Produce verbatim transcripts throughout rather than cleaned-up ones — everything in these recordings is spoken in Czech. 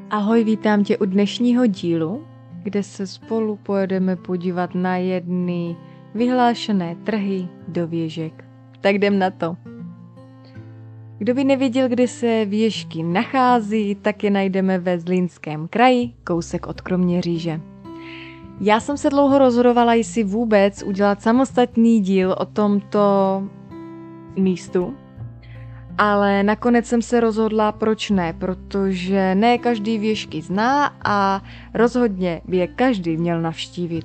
Ahoj, vítám tě u dnešního dílu, kde se spolu pojedeme podívat na jedny vyhlášené trhy do Věžek. Tak jdem na to. Kdo by nevěděl, kde se Věžky nachází, tak je najdeme ve Zlínském kraji, kousek od Kroměříže. Já jsem se dlouho rozhodovala, jestli vůbec udělat samostatný díl o tomto místu, ale nakonec jsem se rozhodla, proč ne, protože ne každý Věžky zná a rozhodně by je každý měl navštívit.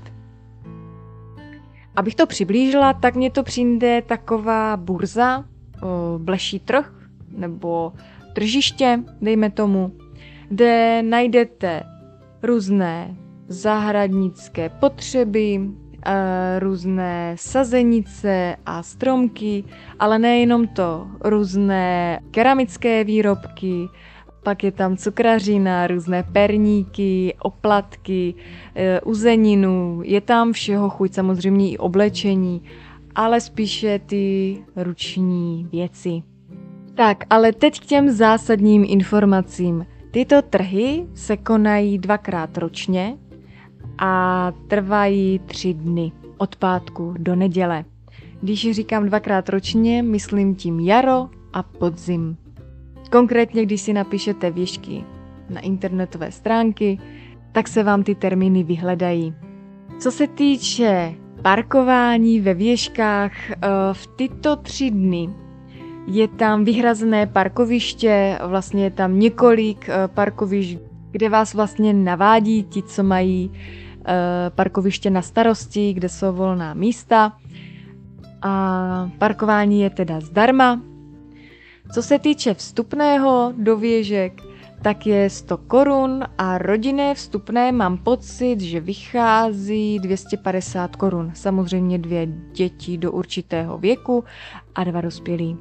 Abych to přiblížila, tak mně to přijde taková burza, bleší trh nebo tržiště, dejme tomu, kde najdete různé zahradnické potřeby, různé sazenice a stromky, ale nejenom to, různé keramické výrobky, pak je tam cukrařina, různé perníky, oplatky, uzeninu, je tam všeho chuť, samozřejmě i oblečení, ale spíše ty ruční věci. Tak, ale teď k těm zásadním informacím. Tyto trhy se konají dvakrát ročně a trvají tři dny, od pátku do neděle. Když říkám dvakrát ročně, myslím tím jaro a podzim. Konkrétně, když si napíšete Věžky na internetové stránky, tak se vám ty termíny vyhledají. Co se týče parkování ve Věžkách, v tyto tři dny je tam vyhrazené parkoviště, vlastně je tam několik parkovišť, kde vás vlastně navádí ti, co mají parkoviště na starosti, kde jsou volná místa. A parkování je teda zdarma. Co se týče vstupného do Věžek, tak je sto korun a rodinné vstupné mám pocit, že vychází dvě stě padesát korun. Samozřejmě dvě děti do určitého věku a dva dospělí.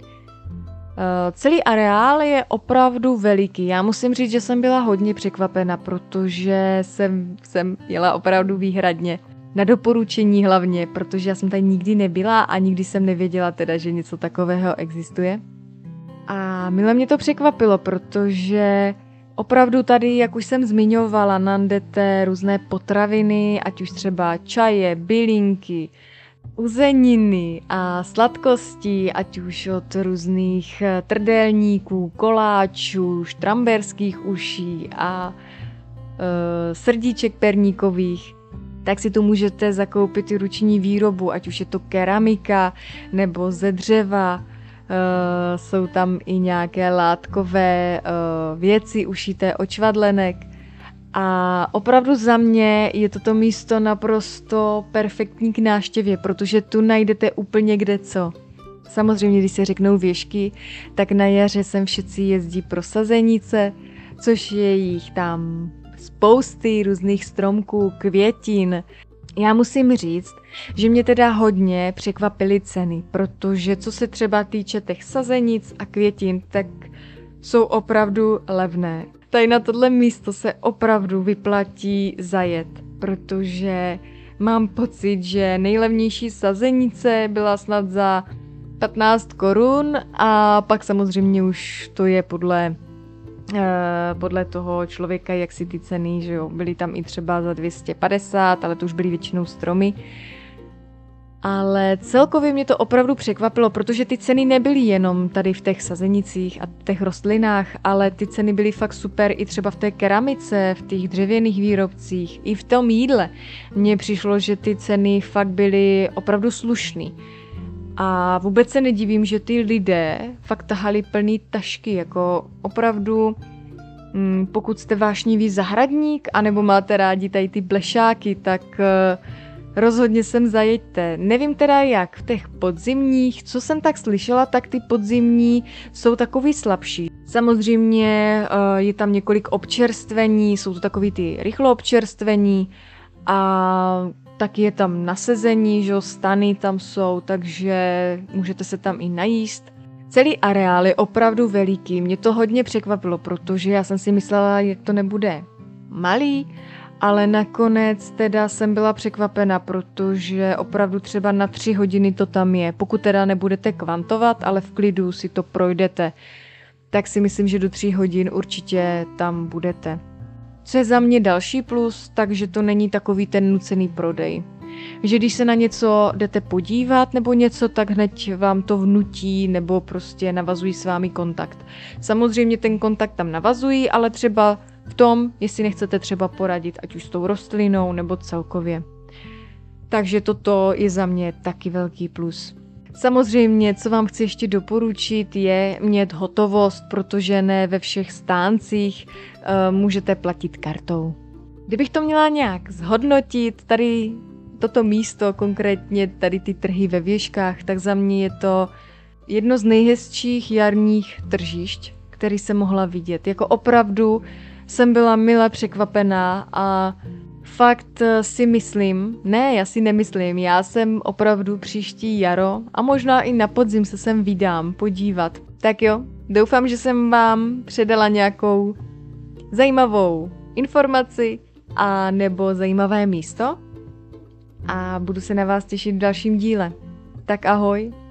Celý areál je opravdu veliký. Já musím říct, že jsem byla hodně překvapena, protože jsem, jsem jela opravdu výhradně. Na doporučení hlavně, protože já jsem tady nikdy nebyla a nikdy jsem nevěděla teda, že něco takového existuje. A mile mě to překvapilo, protože opravdu tady, jak už jsem zmiňovala, najdete různé potraviny, ať už třeba čaje, bylinky, uzeniny a sladkosti, ať už od různých trdelníků, koláčů, štramberských uší a e, srdíček perníkových, tak si tu můžete zakoupit i ruční výrobu, ať už je to keramika nebo ze dřeva. E, jsou tam i nějaké látkové e, věci ušité od švadlenek. A opravdu za mě je toto místo naprosto perfektní k návštěvě, protože tu najdete úplně kde co. Samozřejmě, když se řeknou Věžky, tak na jaře sem všichni jezdí pro sazenice, což je jich tam spousty různých stromků, květin. Já musím říct, že mě teda hodně překvapily ceny, protože co se třeba týče těch sazenic a květin, tak jsou opravdu levné. Tady na tohle místo se opravdu vyplatí zajet, protože mám pocit, že nejlevnější sazenice byla snad za patnáct korun a pak samozřejmě už to je podle, eh, podle toho člověka, jak si ty ceny, že jo, byly tam i třeba za dvě stě padesát, ale to už byly většinou stromy. Ale celkově mě to opravdu překvapilo, protože ty ceny nebyly jenom tady v těch sazenicích a těch rostlinách, ale ty ceny byly fakt super i třeba v té keramice, v těch dřevěných výrobcích, i v tom jídle. Mně přišlo, že ty ceny fakt byly opravdu slušný. A vůbec se nedivím, že ty lidé fakt tahali plný tašky, jako opravdu, pokud jste vášnivý zahradník, anebo máte rádi tady ty blešáky, tak rozhodně sem zajeďte. Nevím teda jak v těch podzimních, co jsem tak slyšela, tak ty podzimní jsou takový slabší. Samozřejmě je tam několik občerstvení, jsou to takový ty rychlo občerstvení a taky je tam nasezení, že stany tam jsou, takže můžete se tam i najíst. Celý areál je opravdu veliký, mě to hodně překvapilo, protože já jsem si myslela, jak to nebude malý, ale nakonec teda jsem byla překvapena, protože opravdu třeba na tři hodiny to tam je. Pokud teda nebudete kvantovat, ale v klidu si to projdete. tak si myslím, že do tří hodin určitě tam budete. Co je za mě další plus, takže to není takový ten nucený prodej. Že když se na něco jdete podívat nebo něco, tak hned vám to vnutí nebo prostě navazují s vámi kontakt. Samozřejmě ten kontakt tam navazují, ale třeba v tom, jestli nechcete třeba poradit, ať už s tou rostlinou nebo celkově. Takže toto je za mě taky velký plus. Samozřejmě, co vám chci ještě doporučit, je mít hotovost, protože ne ve všech stáncích uh, můžete platit kartou. Kdybych to měla nějak zhodnotit, tady toto místo, konkrétně tady ty trhy ve Věžkách, tak za mě je to jedno z nejhezčích jarních tržišť, který jsem mohla vidět. Jako opravdu jsem byla mile překvapená a fakt si myslím, ne, já si nemyslím, já jsem opravdu příští jaro a možná i na podzim se sem vydám podívat. Tak jo, doufám, že jsem vám předala nějakou zajímavou informaci a nebo zajímavé místo a budu se na vás těšit v dalším díle. Tak ahoj!